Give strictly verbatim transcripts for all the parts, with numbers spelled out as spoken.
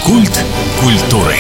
Культ культуры.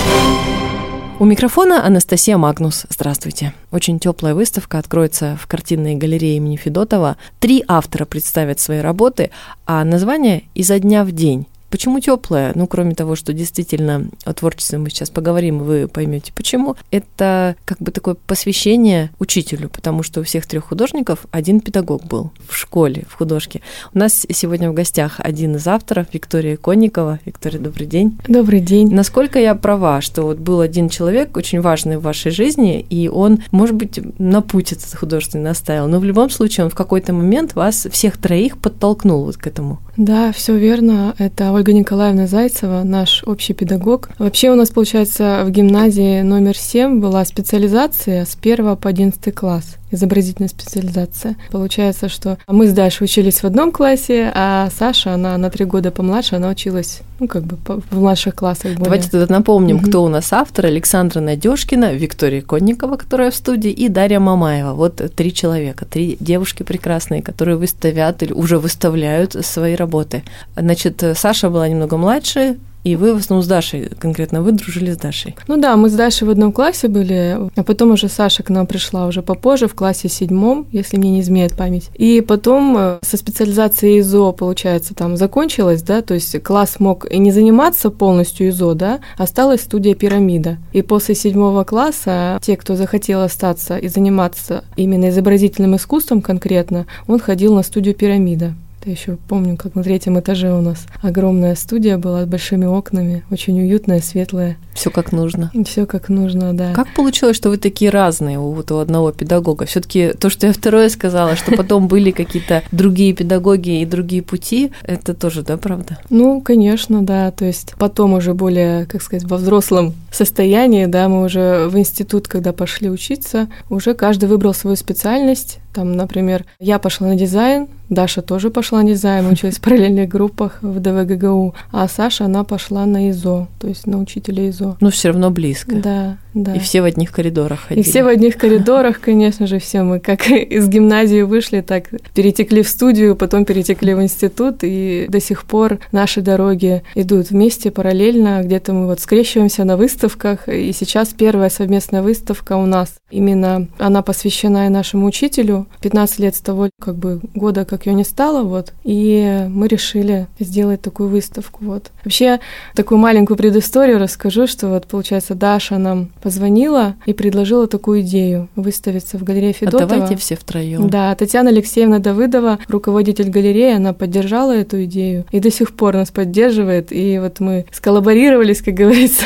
У микрофона Анастасия Магнус. Здравствуйте. Очень теплая выставка откроется в картинной галерее имени Федотова. Три автора представят свои работы, а название «Изо дня в день». Почему теплая? Ну, кроме того, что действительно о творчестве мы сейчас поговорим, вы поймете почему. Это как бы такое посвящение учителю, потому что у всех трех художников один педагог был в школе, в художке. У нас сегодня в гостях один из авторов, Виктория Конникова. Виктория, добрый день. Добрый день. Насколько я права, что вот был один человек, очень важный в вашей жизни, и он, может быть, на путь этот художественный наставил, но в любом случае он в какой-то момент вас всех троих подтолкнул вот к этому. Да, все верно. Это Ольга Николаевна Зайцева, наш общий педагог. Вообще у нас, получается, в гимназии номер семь была специализация с первого по одиннадцатый класс. Изобразительная специализация. Получается, что мы с Дашей учились в одном классе, а Саша, она на три года помладше, она училась, ну, как бы в младших классах. Более. Давайте тогда напомним, угу. кто у нас автор. Александра Надёжкина, Виктория Конникова, которая в студии, и Дарья Мамаева. Вот три человека, три девушки прекрасные, которые выставят или уже выставляют свои работы. Значит, Саша была немного младше, и вы в основном с Дашей, конкретно вы дружили с Дашей. Ну да, мы с Дашей в одном классе были, а потом уже Саша к нам пришла уже попозже, в классе седьмом, если мне не изменяет память. И потом со специализацией ИЗО, получается, там закончилось, да, то есть класс мог и не заниматься полностью ИЗО, да, осталась студия «Пирамида». И после седьмого класса те, кто захотел остаться и заниматься именно изобразительным искусством конкретно, он ходил на студию «Пирамида». Я еще помню, как на третьем этаже у нас огромная студия была с большими окнами, очень уютная, светлая. Все как нужно. Все как нужно, да. Как получилось, что вы такие разные у, вот у одного педагога? Все-таки то, что я второе сказала, что потом были какие-то другие педагоги и другие пути, это тоже, да, правда? Ну, конечно, да. То есть потом уже более, как сказать, во взрослом состоянии, да, мы уже в институт, когда пошли учиться, уже каждый выбрал свою специальность. Там, например, я пошла на дизайн, Даша тоже пошла на дизайн, училась в параллельных группах в ДВГГУ, а Саша, она пошла на ИЗО, то есть на учителя ИЗО. Ну, все равно близко. Да, да. И все в одних коридорах ходили. И все в одних коридорах, конечно же, все мы как из гимназии вышли, так перетекли в студию, потом перетекли в институт, и до сих пор наши дороги идут вместе, параллельно, где-то мы вот скрещиваемся на выставках, и сейчас первая совместная выставка у нас, именно она посвящена и нашему учителю, пятнадцать лет с того как бы года, как ее не стало, вот, и мы решили сделать такую выставку, вот. Вообще, такую маленькую предысторию расскажу, что вот, получается, Даша нам позвонила и предложила такую идею выставиться в галерее Федотова. А давайте все втроем. Да, Татьяна Алексеевна Давыдова, руководитель галереи, она поддержала эту идею и до сих пор нас поддерживает, и вот мы сколлаборировались, как говорится,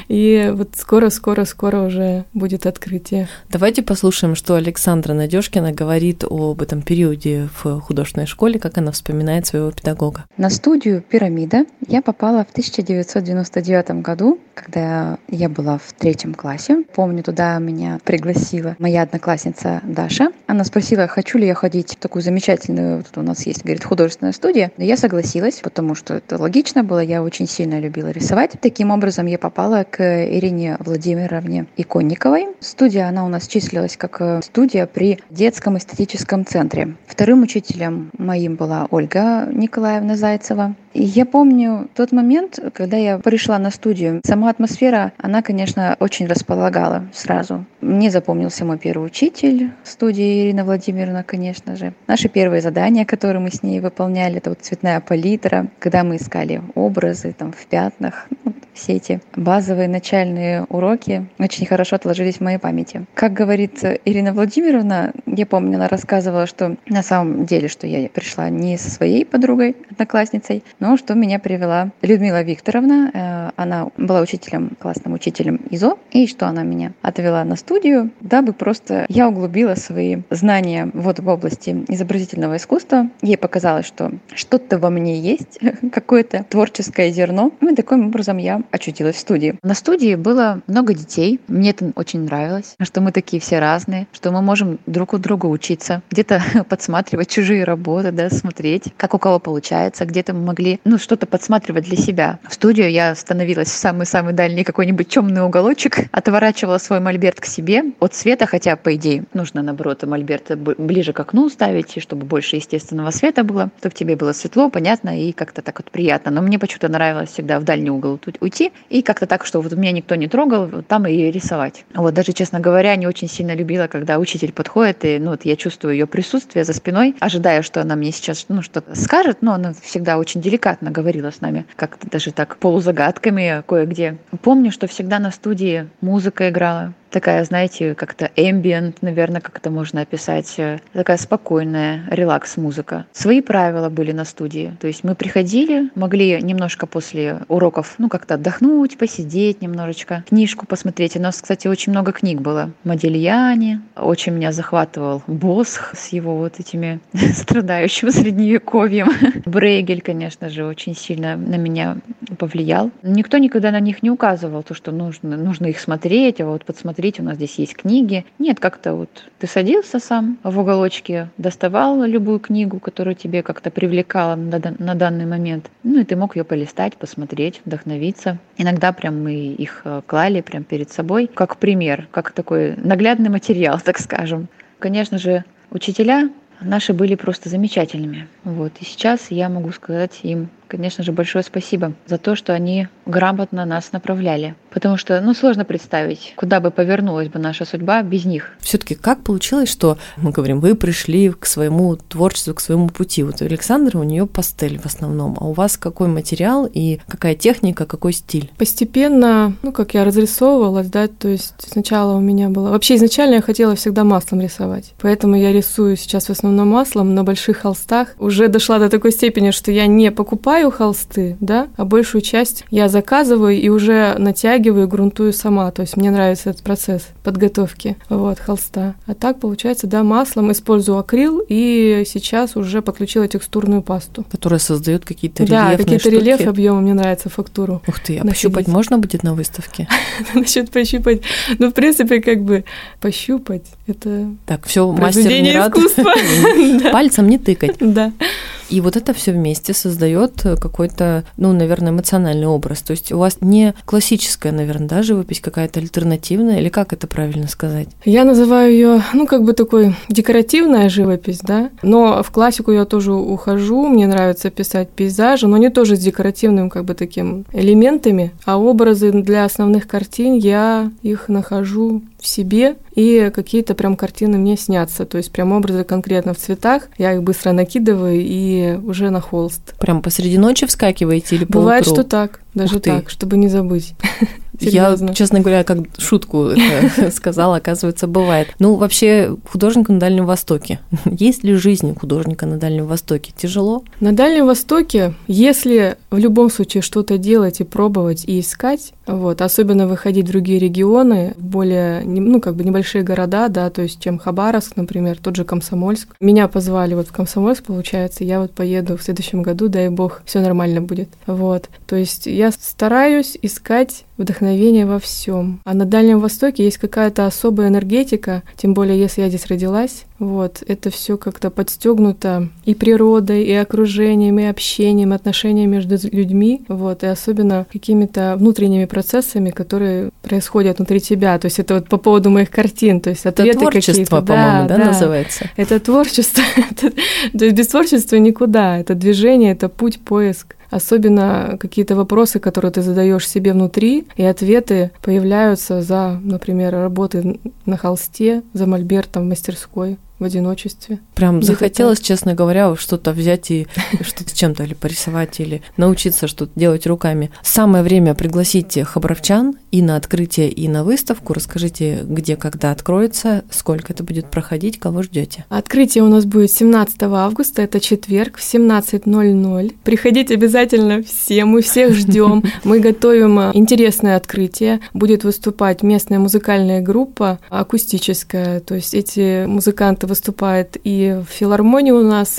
и вот скоро-скоро-скоро уже будет открытие. Давайте послушаем, что Александра Надёжкина говорит об этом периоде в художественной школе, как она вспоминает своего педагога. На студию «Пирамида» я попала в тысяча девятьсот девяносто девятом году, когда я была в третьем классе. Помню, туда меня пригласила моя одноклассница Даша. Она спросила, хочу ли я ходить в такую замечательную, тут у нас есть, говорит, художественная студия. Я согласилась, потому что это логично было, я очень сильно любила рисовать. Таким образом, я попала к Ирине Владимировне Иконниковой. Студия, она у нас числилась как студия при детском эстетическом центре. Вторым учителем моим была Ольга Николаевна Зайцева. И я помню тот момент, когда я пришла на студию. Сама атмосфера, она, конечно, очень располагала сразу. Мне запомнился мой первый учитель в студии, Ирина Владимировна, конечно же. Наши первые задания, которые мы с ней выполняли, это вот цветная палитра, когда мы искали образы там в пятнах. Вот, все эти базовые начальные уроки очень хорошо отложились в моей памяти. Как говорит Ирина Владимировна, я помню, она рассказывала, что на самом деле, что я пришла не со своей подругой, одноклассницей, но что меня привела Людмила Викторовна. Она была учителем, классным учителем ИЗО, и что она меня отвела на студию, дабы просто я углубила свои знания вот в области изобразительного искусства. Ей показалось, что что-то во мне есть, какое-то творческое зерно. И таким образом я очутилась в студии. На студии было много детей. Мне это очень нравилось, что мы такие все разные, что мы можем друг у друга учиться, где-то подсматривать чужие работы, да, смотреть, как у кого получается, где-то мы могли, ну, что-то подсматривать для себя. В студию я становилась становилась в самый-самый дальний какой-нибудь темный уголочек, отворачивала свой мольберт к себе от света, хотя, по идее, нужно, наоборот, мольберт ближе к окну ставить, и чтобы больше естественного света было, чтобы тебе было светло, понятно и как-то так вот приятно. Но мне почему-то нравилось всегда в дальний угол уйти и как-то так, что вот меня никто не трогал, вот там и рисовать. Вот даже, честно говоря, не очень сильно любила, когда учитель подходит, и ну, вот я чувствую ее присутствие за спиной, ожидая, что она мне сейчас ну, что-то скажет, но она всегда очень деликатно говорила с нами, как-то даже так полузагадками кое-где. Помню, что всегда на студии музыка играла. Такая, знаете, как-то ambient, наверное, как это можно описать. Такая спокойная, релакс-музыка. Свои правила были на студии. То есть мы приходили, могли немножко после уроков, ну, как-то отдохнуть, посидеть немножечко, книжку посмотреть. У нас, кстати, очень много книг было. Модильяни. Очень меня захватывал Босх с его вот этими страдающим средневековьем. Брейгель, конечно же, очень сильно на меня повлиял. Никто никогда на них не указывал, то, что нужно, нужно их смотреть, а вот подсмотреть. Смотрите, у нас здесь есть книги. Нет, как-то вот ты садился сам в уголочке, доставал любую книгу, которая тебе как-то привлекала на, на данный момент. Ну и ты мог ее полистать, посмотреть, вдохновиться. Иногда прям мы их клали прям перед собой, как пример, как такой наглядный материал, так скажем. Конечно же, учителя наши были просто замечательными. Вот. И сейчас я могу сказать им, конечно же, большое спасибо за то, что они грамотно нас направляли. Потому что, ну, сложно представить, куда бы повернулась бы наша судьба без них. Все-таки как получилось, что, мы говорим, вы пришли к своему творчеству, к своему пути? Вот у Александры, у нее пастель в основном, а у вас какой материал и какая техника, какой стиль? Постепенно, ну, как я разрисовывалась, да, то есть сначала у меня было... Вообще изначально я хотела всегда маслом рисовать, поэтому я рисую сейчас в основном маслом на больших холстах. Уже дошла до такой степени, что я не покупаю холсты, да, а большую часть я заказываю и уже натягиваю и грунтую сама, то есть мне нравится этот процесс подготовки вот, холста. А так, получается, да, маслом использую акрил и сейчас уже подключила текстурную пасту. Которая создает какие-то рельефные Да, какие-то штуки. Рельефы, объемы, мне нравится фактуру. Ух ты, а пощупать можно будет на выставке? Насчет пощупать, ну, в принципе, как бы пощупать, это так, все, мастер не рад. Пальцем не тыкать. Да. И вот это все вместе создает какой-то, ну, наверное, эмоциональный образ. То есть у вас не классическая, наверное, да, живопись, какая-то альтернативная, или как это правильно сказать? Я называю ее, ну, как бы такой декоративная живопись, да, но в классику я тоже ухожу, мне нравится писать пейзажи, но не тоже с декоративным, как бы, таким элементами, а образы для основных картин я их нахожу в себе, и какие-то прям картины мне снятся, то есть прям образы конкретно в цветах, я их быстро накидываю и уже на холст. Прям посреди ночи вскакиваете или поутру? Бывает, что так, даже так, чтобы не забыть. Я, честно говоря, как шутку это сказала, оказывается, бывает. Ну, вообще, художник на Дальнем Востоке. Есть ли жизнь художника на Дальнем Востоке? Тяжело? На Дальнем Востоке, если в любом случае что-то делать и пробовать, и искать, вот, особенно выходить в другие регионы, более, ну, как бы небольшие города, да, то есть, чем Хабаровск, например, тот же Комсомольск. Меня позвали вот в Комсомольск, получается, я вот поеду в следующем году, дай бог, все нормально будет. Вот, то есть, я стараюсь искать вдохновение во всем. А на Дальнем Востоке есть какая-то особая энергетика, тем более, если я здесь родилась. Вот, это все как-то подстегнуто и природой, и окружением, и общением, и отношениями между людьми, вот, и особенно какими-то внутренними процессами, которые происходят внутри тебя. То есть это вот по поводу моих картин, то есть ответы это творчество, какие-то. по-моему, да, да, называется? Это творчество. То есть без творчества никуда. Это движение, это путь, поиск. Особенно какие-то вопросы, которые ты задаешь себе внутри, и ответы появляются за, например, работы на холсте, за мольбертом в мастерской. В одиночестве. Прям захотелось, честно говоря, что-то взять и что-то чем-то или порисовать, или научиться что-то делать руками. Самое время пригласить хабаровчан и на открытие, и на выставку. Расскажите, где, когда откроется, сколько это будет проходить, кого ждете? Открытие у нас будет семнадцатого августа, это четверг, в семнадцать ноль ноль. Приходите обязательно все, мы всех ждем. Мы готовим интересное открытие. Будет выступать местная музыкальная группа, акустическая, то есть эти музыканты выступает и в филармонии у нас,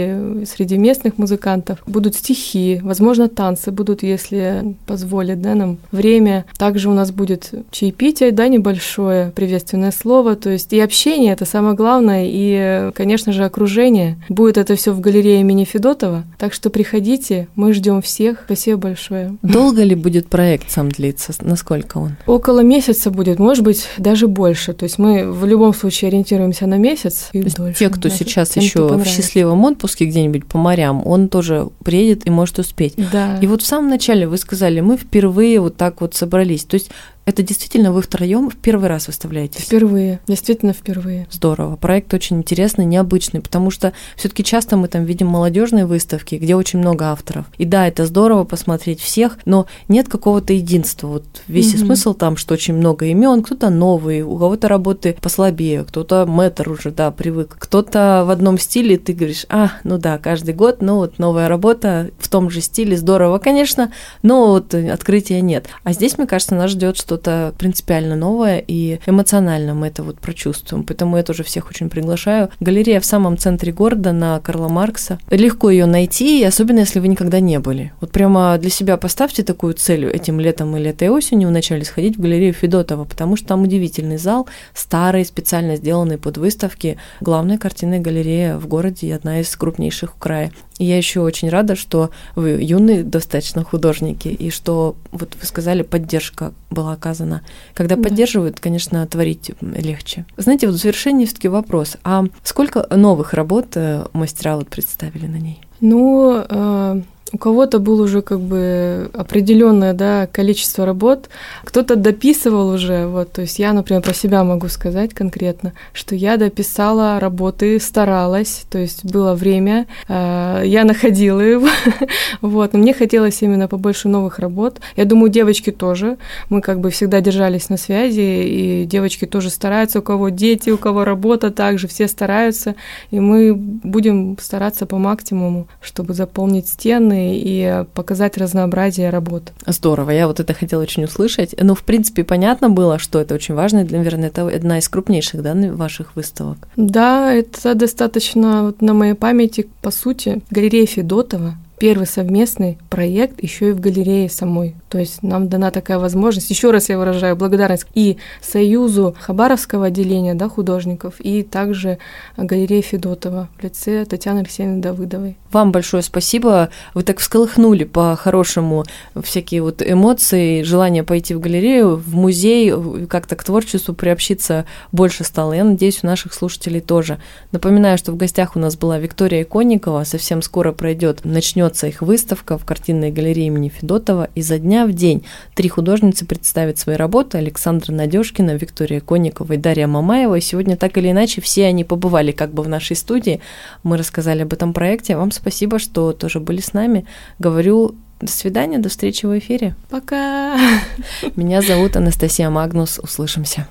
и среди местных музыкантов. Будут стихи, возможно, танцы будут, если позволит, да, нам время. Также у нас будет чаепитие, да, небольшое, приветственное слово, то есть и общение — это самое главное, и, конечно же, окружение. Будет это все в галерее имени Федотова, так что приходите, мы ждем всех. Спасибо большое. Долго ли будет проект сам длиться? Насколько он? Около месяца будет, может быть, даже больше. То есть мы в любом случае ориентируемся на месяц и дольше. Те, кто даже, сейчас тем, еще кто в счастливом отпуске где-нибудь по морям, он тоже приедет и может успеть. Да. И вот в самом начале вы сказали, мы впервые вот так вот собрались. То есть это действительно вы втроем в первый раз выставляетесь? Впервые, действительно впервые. Здорово. Проект очень интересный, необычный, потому что все-таки часто мы там видим молодежные выставки, где очень много авторов. И да, это здорово посмотреть всех, но нет какого-то единства. Вот весь Мгм. смысл там, что очень много имен, кто-то новый, у кого-то работы послабее, кто-то мэтр уже, да, привык, кто-то в одном стиле, ты говоришь, а, ну да, каждый год, ну вот новая работа в том же стиле, здорово, конечно, но вот открытия нет. А здесь, мне кажется, нас ждет что-то принципиально новое, и эмоционально мы это вот прочувствуем. Поэтому я тоже всех очень приглашаю. Галерея в самом центре города, на Карла Маркса. Легко ее найти, особенно если вы никогда не были. Вот прямо для себя поставьте такую цель этим летом или этой осенью вначале сходить в галерею Федотова, потому что там удивительный зал, старый, специально сделанный под выставки. Главная картинная галерея в городе и одна из крупнейших в крае. И я еще очень рада, что вы юные достаточно художники, и что, вот вы сказали, поддержка была оказана. Когда Да. поддерживают, конечно, творить легче. Знаете, вот в завершении все-таки вопрос. А сколько новых работ э, мастера вот представили на ней? Ну, э, у кого-то было уже как бы определенное, да, количество работ, кто-то дописывал уже, вот, то есть я, например, про себя могу сказать конкретно, что я дописала работы, старалась, то есть было время, э, я находила его, вот, но мне хотелось именно побольше новых работ. Я думаю, девочки тоже, мы как бы всегда держались на связи, и девочки тоже стараются, у кого дети, у кого работа, также все стараются, и мы будем стараться по максимуму, чтобы заполнить стены и показать разнообразие работ. Здорово, я вот это хотела очень услышать. Ну, в принципе, понятно было, что это очень важно, наверное, это одна из крупнейших, да, ваших выставок. Да, это достаточно вот на моей памяти, по сути, галерея Федотова. Первый совместный проект еще и в галерее самой. То есть нам дана такая возможность. Еще раз я выражаю благодарность и Союзу Хабаровского отделения, да, художников, и также галерее Федотова в лице Татьяны Алексеевны Давыдовой. Вам большое спасибо. Вы так всколыхнули по-хорошему всякие вот эмоции, желание пойти в галерею, в музей, как-то к творчеству приобщиться больше стало. Я надеюсь, у наших слушателей тоже. Напоминаю, что в гостях у нас была Виктория Иконникова. Совсем скоро пройдет, начнется их выставка в картинной галерее имени Федотова. И за дня в день три художницы представят свои работы: Александра Надежкина, Виктория Иконникова и Дарья Мамаева. И сегодня так или иначе все они побывали как бы в нашей студии. Мы рассказали об этом проекте. Вам спасибо, что тоже были с нами. Говорю до свидания, до встречи в эфире. Пока! Меня зовут Анастасия Магнус. Услышимся.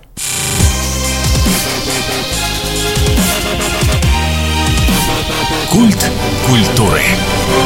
Культ культуры.